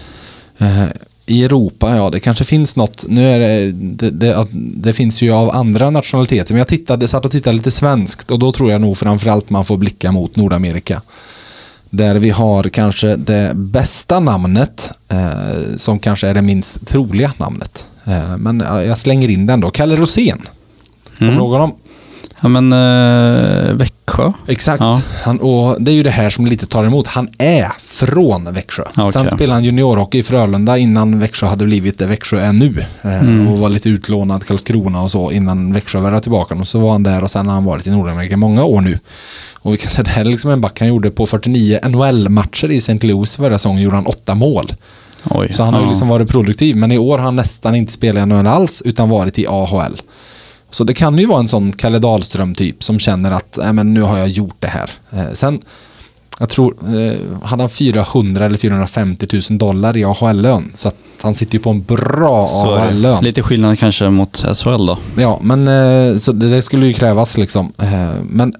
B: I Europa, ja, det kanske finns något. Nu är det finns ju av andra nationaliteter, men jag satt och tittade lite svenskt, och då tror jag nog framförallt man får blicka mot Nordamerika. Där vi har kanske det bästa namnet, som kanske är det minst troliga namnet. Men jag slänger in den då. Kalle Rosén. Frågar om.
C: Ja, men Växjö.
B: Exakt.
C: Ja.
B: Och det är ju det här som lite tar emot. Han är från Växjö.
C: Okay.
B: Sen spelade han juniorhockey i Frölunda innan Växjö hade blivit det Växjö är nu. Och var lite utlånad till Karlskrona och så innan Växjö värde tillbaka. Och så var han där, och sen har han varit i Nordamerika många år nu. Och vi kan säga det här är liksom en back han gjorde på 49 NHL-matcher i St. Louis förra säsongen, gjorde han 8 mål.
C: Oj.
B: Så han har ju liksom varit produktiv, men i år har han nästan inte spelat i NHL alls utan varit i AHL. Så det kan ju vara en sån Kalle Dahlström typ som känner att men nu har jag gjort det här. Sen, jag tror, hade han 400 eller 450 000 dollar i AHL-lön. Så att han sitter ju på en bra AHL-lön.
C: Lite skillnad kanske mot SHL då.
B: Ja, men så det skulle ju krävas liksom. Men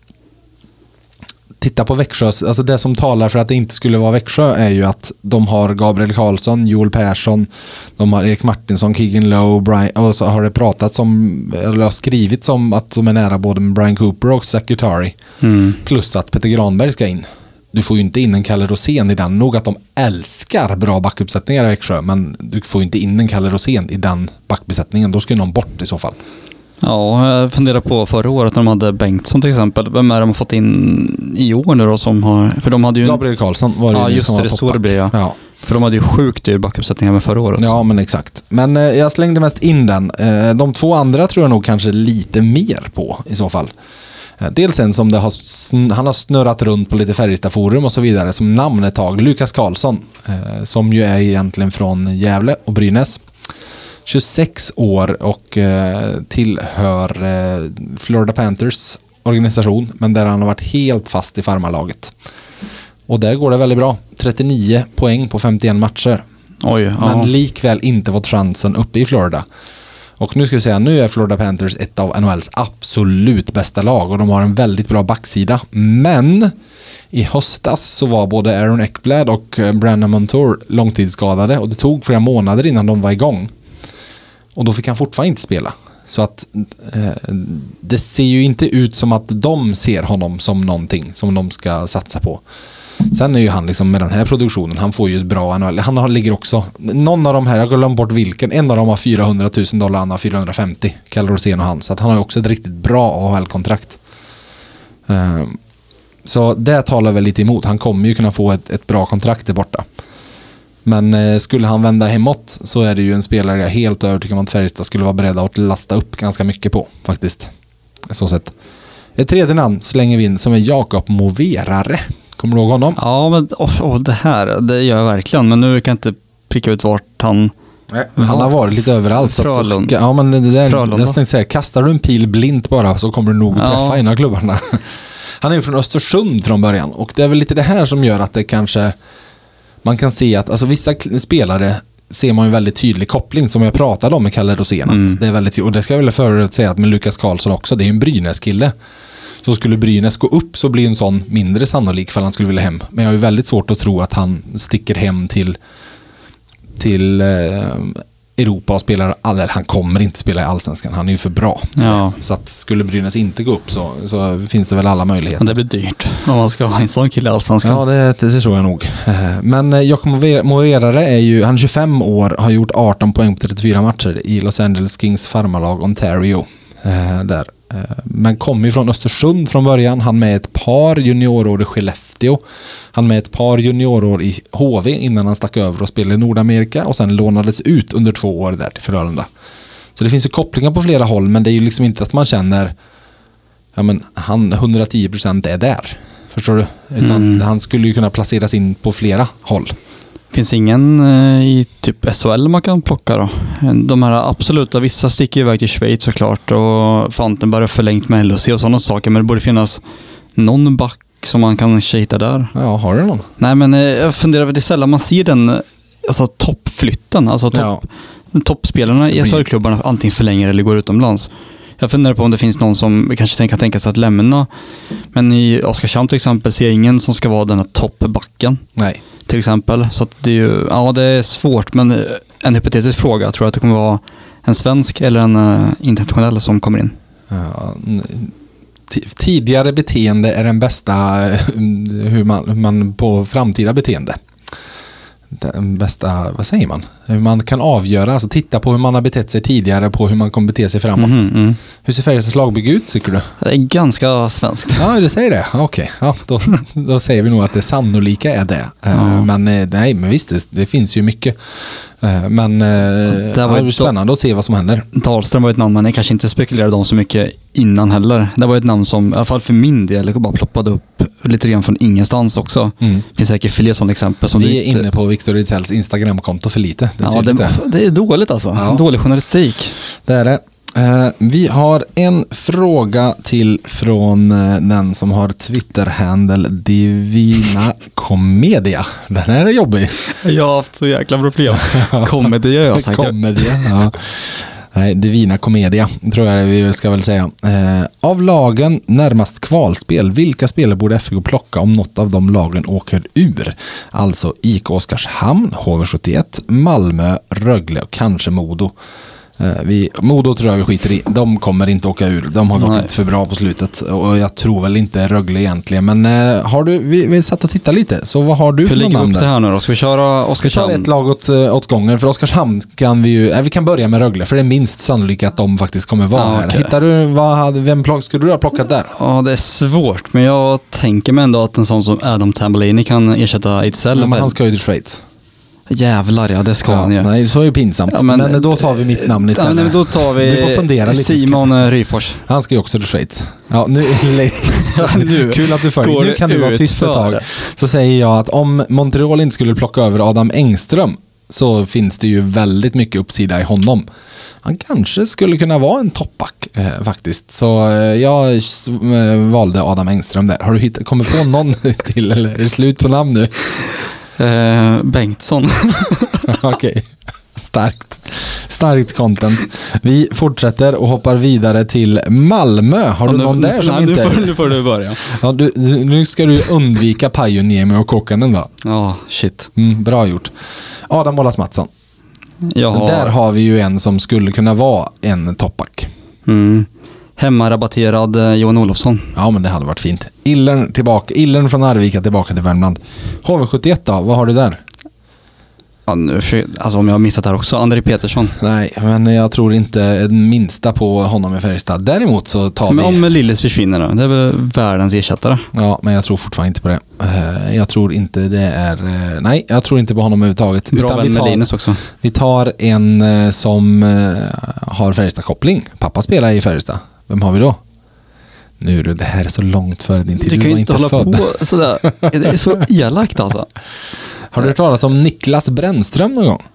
B: titta på Växjö, alltså det som talar för att det inte skulle vara Växjö är ju att de har Gabriel Karlsson, Joel Persson, de har Erik Martinsson, Keegan Lowe, Brian, och så har det pratats om, eller skrivits om att de är nära både med Brian Cooper och Zach Guttari. Plus att Peter Granberg ska in. Du får ju inte in en Kalle Rosén i den. Nog att de älskar bra backuppsättningar i Växjö, men du får ju inte in en Kalle Rosén i den backbesättningen. Då ska någon bort i så fall.
C: Ja, jag funderar på förra året när de hade Bengtsson till exempel. Vem är de fått in i år nu då som har... För de hade ju
B: Gabriel Karlsson var det ju
C: just
B: som
C: det,
B: var
C: så det blir,
B: ja.
C: För de hade ju sjukt dyr backuppsättningar med förra året.
B: Ja, men exakt. Men jag slängde mest in den. De 2 andra tror jag nog kanske lite mer på i så fall. Dels en som han har snurrat runt på lite Färjestad-forum och så vidare som namn ett tag. Lukas Karlsson, som ju är egentligen från Gävle och Brynäs. 26 år och tillhör Florida Panthers organisation, men där han har varit helt fast i farmarlaget. Och där går det väldigt bra. 39 poäng på 51 matcher.
C: Oj, ja.
B: Men likväl inte fått chansen uppe i Florida. Och nu ska vi säga, nu är Florida Panthers ett av NHLs absolut bästa lag och de har en väldigt bra backsida. Men i höstas så var både Aaron Ekblad och Brandon Montour långtidsskadade och det tog flera månader innan de var igång. Och då fick han fortfarande inte spela. Så att det ser ju inte ut som att de ser honom som någonting som de ska satsa på. Sen är ju han liksom med den här produktionen, han får ju ett bra NHL. Han ligger också, någon av de här, jag har glömt bort vilken, en av dem har $400,000, han har 450, Kalle Rosén och han. Så att han har ju också ett riktigt bra AHL-kontrakt. Så det talar väl lite emot. Han kommer ju kunna få ett bra kontrakt där borta. Men skulle han vända hemåt så är det ju en spelare jag helt övertygad om att Färjestad skulle vara beredda att lasta upp ganska mycket på faktiskt. Så sett. Ett tredje namn slänger vi in som är Jakob Moverare. Kommer du ihåg honom?
C: Ja, men det gör jag verkligen. Men nu kan jag inte pricka ut vart han...
B: Nej, han har varit lite överallt.
C: Frölunda.
B: Ja, men det där, jag tänkte säga, kastar du en pil blint bara så kommer du nog träffa en av klubbarna. Han är ju från Östersund från början och det är väl lite det här som gör att det kanske... Man kan se att alltså, vissa spelare ser man ju väldigt tydlig koppling som jag pratade om med Kalle Rosén. Det är väldigt, och det ska jag väl förut säga att med Lukas Karlsson också, det är ju en Brynäs-kille. Så skulle Brynäs gå upp så blir en sån mindre sannolik för att han skulle vilja hem. Men jag har ju väldigt svårt att tro att han sticker hem till Europa och spelar, han kommer inte spela i Allsvenskan, han är ju för bra.
C: Ja. Så
B: att skulle Brynäs inte gå upp så finns det väl alla möjligheter.
C: Men det blir dyrt om man ska ha en sån kille i Allsvenskan.
B: Ja, det tror jag nog. Men Jakob Moverare är ju, han är 25 år, har gjort 18 poäng på 34 matcher i Los Angeles Kings farmarlag Ontario. Där. Men kom ju från Östersund från början. Han med ett par juniorår i Skellefteå. Han med ett par juniorår i HV innan han stack över och spelade i Nordamerika och sen lånades ut under 2 år där till Frölunda. Så det finns ju kopplingar på flera håll, men det är ju liksom inte att man känner ja men han 110% är där. Förstår du? Utan han skulle ju kunna placeras in på flera håll.
C: Finns ingen i typ SHL man kan plocka då? De här absoluta, vissa sticker iväg till Schweiz såklart och Fantenberg har förlängt med LHC och sådana saker, men det borde finnas någon back som man kan hitta där.
B: Ja, har du någon?
C: Nej, men jag funderar, det är sällan man ser den alltså toppflytten, alltså toppspelarna i SHL-klubbarna antingen förlänger eller går utomlands. Jag funderar på om det finns någon som kanske kan tänka sig att lämna, men i Oskarshamn till exempel ser jag ingen som ska vara den här toppbacken. Nej. Till exempel. Så att det är ju, det är svårt, men en hypotetisk fråga, tror jag att det kommer vara en svensk eller en internationell som kommer in?
B: Ja, tidigare beteende är den bästa hur man på framtida beteende. Den bästa, vad säger man? Hur man kan avgöra, alltså titta på hur man har betett sig tidigare på hur man kommer bete sig framåt. Hur ser Färjestads lagbygge ut, tycker du?
C: Det är ganska svenskt.
B: Ja, du säger det. Okej. Ja, då säger vi nog att det sannolika är det. Men nej, men visst, det finns ju mycket. Men det är spännande att se vad som händer.
C: Dahlström var ett namn man kanske inte spekulerade om så mycket innan heller. Det var ett namn som, i alla fall för min del, bara ploppade upp lite grann från ingenstans också. Det finns säkert fler sådana exempel. Som
B: vi är inne på Victor Ridsells Instagramkonto för lite.
C: Det är dåligt alltså. Ja. Dålig journalistik.
B: Det är det. Vi har en fråga till från den som har Twitter-handle Divina Comedia. Den här är jobbig.
C: Jag har haft så jäkla problem. Comedy har jag sagt.
B: Commedia, ja. Nej, Divina Comedia tror jag vi ska väl säga. Av lagen närmast kvalspel, vilka spelare borde FK plocka om något av de lagen åker ur? Alltså IK Oskarshamn, HV71, Malmö, Rögle och kanske Modo. Modo tror jag vi skiter i. De kommer inte åka ur. De har gått lite för bra på slutet. Och jag tror väl inte Rögle egentligen. Men har du, vi satt och tittade lite. Så vad har du för namn där? Hur ligger
C: upp det här nu då? Ska vi köra Oskarshamn?
B: Vi tar ett lag åt gången. För Oskarshamn kan vi ju... vi kan börja med Rögle. För det är minst sannolikt att de faktiskt kommer vara här. Okay. Hittar du... Vem skulle du ha plockat där?
C: Ja, det är svårt. Men jag tänker mig ändå att en sån som Adam Tambellini kan ersätta Ejdsell.
B: Ja, men han ska ju till Schweiz.
C: Jävlar, ja, det ska han ju.
B: Nej, så är ju pinsamt. Ja, men då tar vi mitt namn istället.
C: Ja, men då tar vi
B: du får fundera lite.
C: Simon Ryfors.
B: Han ska ju också till Schweiz. Ja, nu kul att du följer. Nu kan du vara tyst ett tag. Så säger jag att om Montreal inte skulle plocka över Adam Engström så finns det ju väldigt mycket uppsida i honom. Han kanske skulle kunna vara en toppback faktiskt. Så jag valde Adam Engström där. Har du kommit på någon till eller är det slut på namn nu?
C: Bengtsson.
B: Okej. Starkt content. Vi fortsätter och hoppar vidare till Malmö. Har du någon där som inte...
C: Nu får du börja.
B: Ja, nu ska du undvika Pajuniemi och Kokkanen då.
C: Ja, shit.
B: Bra gjort. Adam Wallace Mattsson.
C: Jaha.
B: Där har vi ju en som skulle kunna vara en toppback.
C: Hemmarabatterad Johan Olofsson.
B: Ja, men det hade varit fint. Illern från Arvika tillbaka till Värmland. HV71 då, vad har du där?
C: Ja, alltså om jag har missat här också, André Petersson.
B: Nej, men jag tror inte minsta på honom i Färjestad. Däremot så tar vi...
C: Men om Lilles försvinner då? Det är väl världens ersättare?
B: Ja, men jag tror fortfarande inte på det. Jag tror inte det är... Nej, jag tror inte på honom överhuvudtaget.
C: Bra vän med Linus också.
B: Vi tar en som har Färjestad-koppling. Pappa spelar i Färjestad. Vem har vi då? Nu det här är så långt före din tid.
C: Du kan ju inte hålla på sådär. Det är så elakt alltså.
B: Har du hört talas om Niklas Brännström någon gång?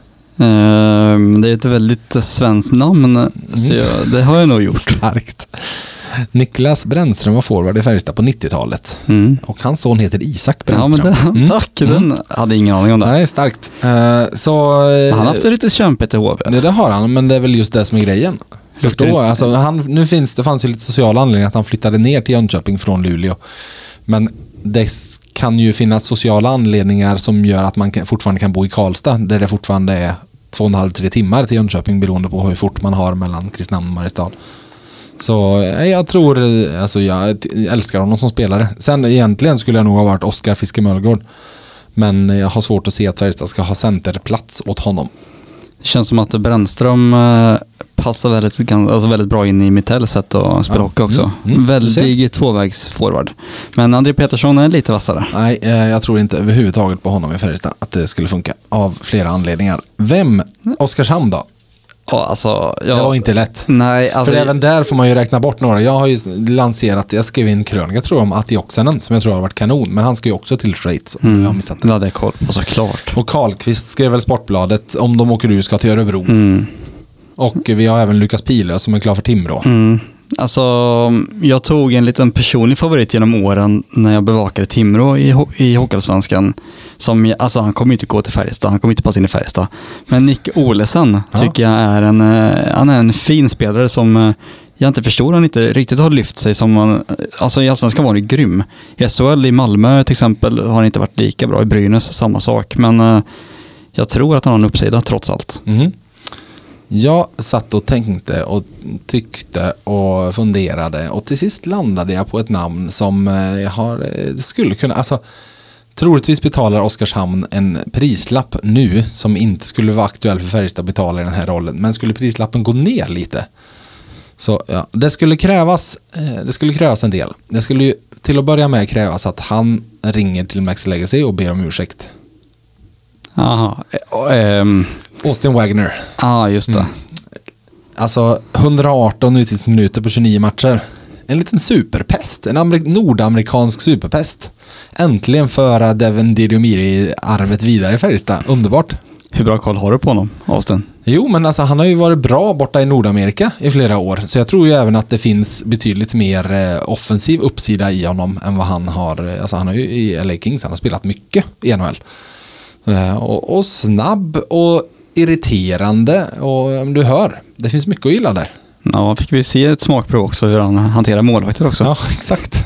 C: Det är ett väldigt svenskt namn. Så det har jag nog gjort.
B: Starkt. Niklas Brännström var forward i Färjestad på 90-talet. Och hans son heter Isak Brännström.
C: Ja, men tack. Den hade ingen aning om det.
B: Nej, starkt. Så,
C: han har haft det lite kämpigt i HV.
B: Det har han, men det är väl just det som är grejen. Förstå, alltså, det fanns ju lite sociala anledningar att han flyttade ner till Jönköping från Luleå. Men det kan ju finnas sociala anledningar som gör att man fortfarande kan bo i Karlstad, där det fortfarande är 2,5-3 timmar till Jönköping beroende på hur fort man har mellan Kristinehamn och Mariestad. Så jag tror, alltså jag älskar honom som spelare. Sen egentligen skulle jag nog ha varit Oskar Fiske Möllgård, men jag har svårt att se att Färjestad ska ha centerplats åt honom.
C: Det känns som att Brännström passar väldigt bra in i Mittells sätt att spela hockey också. Väldigt tvåvägsforward. Men André Petersson är lite vassare.
B: Nej, jag tror inte överhuvudtaget på honom i Färjestad att det skulle funka av flera anledningar. Vem? Oskarshamn då?
C: Ja, alltså,
B: det var inte lätt.
C: Nej, alltså,
B: för även där får man ju räkna bort några. Jag har ju lanserat, jag skrev in krönika tror jag om Atti Oksanen som jag tror har varit kanon, men han ska ju också till Schweiz. Jag har missat det.
C: Ja, det är koll på såklart.
B: Och Karlqvist skrev väl Sportbladet om de åker ur ska till Örebro. Och vi har även Lukas Pilö som är klar för Timrå.
C: Alltså, jag tog en liten personlig favorit genom åren när jag bevakade Timrå i Hockeyallsvenskan. Alltså han kommer inte gå till Färjestad, han kommer inte passa in i Färjestad. Men Nick Olesen tycker jag är en fin spelare som jag inte förstår, han inte riktigt har lyft sig som man, alltså i Allsvenskan var det grym. I SHL i Malmö till exempel har han inte varit lika bra, i Brynäs samma sak, men jag tror att han har en uppsida trots allt.
B: Jag satt och tänkte och tyckte och funderade och till sist landade jag på ett namn som skulle kunna, alltså troligtvis betalar Oskarshamn en prislapp nu som inte skulle vara aktuell för Färjestad betala i den här rollen, men skulle prislappen gå ner lite så ja, det skulle krävas en del. Det skulle ju till att börja med krävas att han ringer till Max Legacy och ber om ursäkt.
C: Aha.
B: Austin Wagner.
C: Ja, just det.
B: Alltså 118 uttidsminuter på 29 matcher. En liten superpest. En nordamerikansk superpest. Äntligen föra Devin Didomiri-arvet vidare i Färjestad. Underbart.
C: Hur bra koll har du på honom, Austin?
B: Jo, men alltså, han har ju varit bra borta i Nordamerika i flera år. Så jag tror ju även att det finns betydligt mer offensiv uppsida i honom än vad han har. Alltså han har ju i LA Kings, han har spelat mycket i NHL. Och snabb och irriterande och du hör, det finns mycket att gilla där.
C: Ja, fick vi se ett smakprov också hur han hanterar målvakter också.
B: Ja, exakt.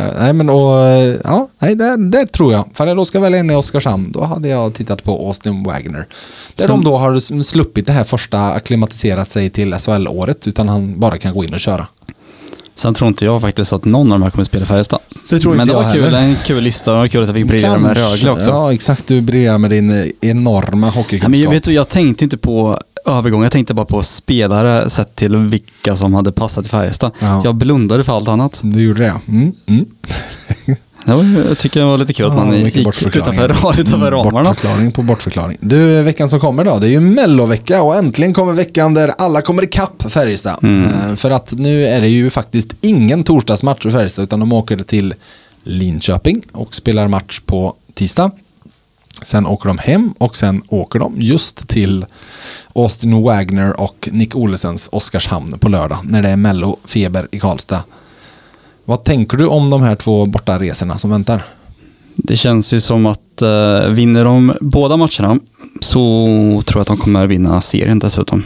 B: Där tror jag. För jag då ska välja in i Oskarshamn, då hade jag tittat på Austin Wagner. Där de då har sluppit det här första akklimatiserat sig till SHL-året, utan han bara kan gå in och köra.
C: Sen tror inte jag faktiskt att någon av de här kommer spela Färjestad.
B: Det tror inte jag heller. Men
C: det var en kul lista och det var kul att jag fick briljera med Rögle också.
B: Ja, exakt. Du briljerar med din enorma hockeykunskap.
C: Men jag tänkte inte på övergång. Jag tänkte bara på spelare sett till vilka som hade passat i Färjestad. Ja. Jag blundade för allt annat.
B: Du gjorde det.
C: Jag tycker det var lite kul att man gick utanför ramarna.
B: Bortförklaring på bortförklaring. Du, veckan som kommer då, det är ju Mellovecka och äntligen kommer veckan där alla kommer i kapp Färjestad. För att nu är det ju faktiskt ingen torsdagsmatch för Färjestad, utan de åker till Linköping och spelar match på tisdag. Sen åker de hem och sen åker de just till Austin Wagner och Nick Olesens Oskarshamn på lördag när det är Mello-feber i Karlstad. Vad tänker du om de här två bortaresorna som väntar?
C: Det känns ju som att att vinner de båda matcherna så tror jag att de kommer vinna serien dessutom.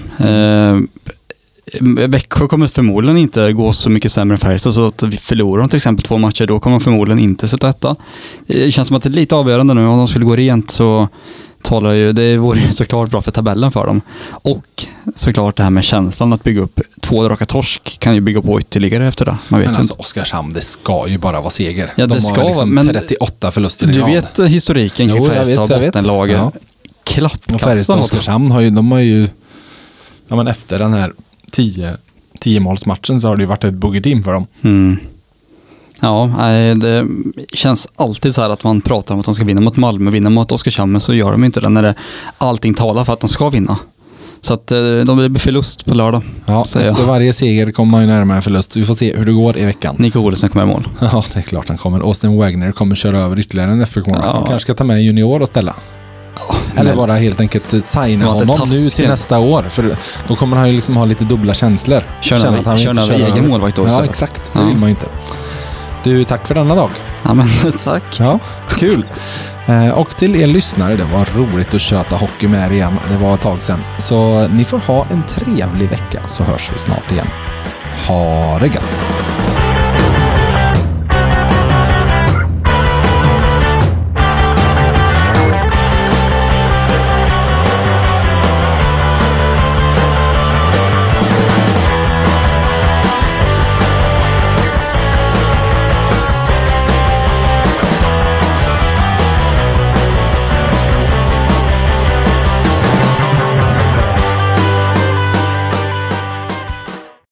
C: Växjö kommer förmodligen inte gå så mycket sämre än Färjestad, så att vi förlorar till exempel 2 matcher, då kommer de förmodligen inte sluta etta. Det känns som att det är lite avgörande nu. Om de skulle gå rent så talar ju, det vore ju såklart bra för tabellen för dem. Och såklart det här med känslan att bygga upp 2 raka torsk kan ju bygga på ytterligare efter det. Man vet
B: men alltså
C: inte.
B: Oskarshamn, det ska ju bara vara seger.
C: Ja,
B: de har liksom 38 förluster i
C: rad. Du vet historiken kring Färjestad och bottenlaget. Ja. Klappkassan.
B: Och Färjestad och Oskarshamn har ju ja, men efter den här 10-målsmatchen så har det ju varit ett buggeteam för dem.
C: Mm. Ja, det känns alltid så här att man pratar om att de ska vinna mot Malmö, vinna mot Oskarshamn, men så gör de inte det när allting talar för att de ska vinna. Så att de blir förlust på lördag.
B: Ja, efter varje seger kommer man ju närmare en förlust. Vi får se hur det går i veckan.
C: Nico Olsson kommer i mål.
B: Ja, det är klart han kommer. Austin Wagner kommer köra över ytterligare en FBK-mål. De kanske ska ta med junior och ställa. Eller bara helt enkelt signa honom nu till nästa år. För då kommer han ju liksom ha lite dubbla känslor.
C: Köra över egen målvakt också.
B: Ja, exakt. Det vill man ju inte. Du, tack för denna dag.
C: Ja, men tack.
B: Ja, kul. Och till er lyssnare, det var roligt att köta hockey med er igen. Det var ett tag sedan. Så ni får ha en trevlig vecka, så hörs vi snart igen. Ha det gött!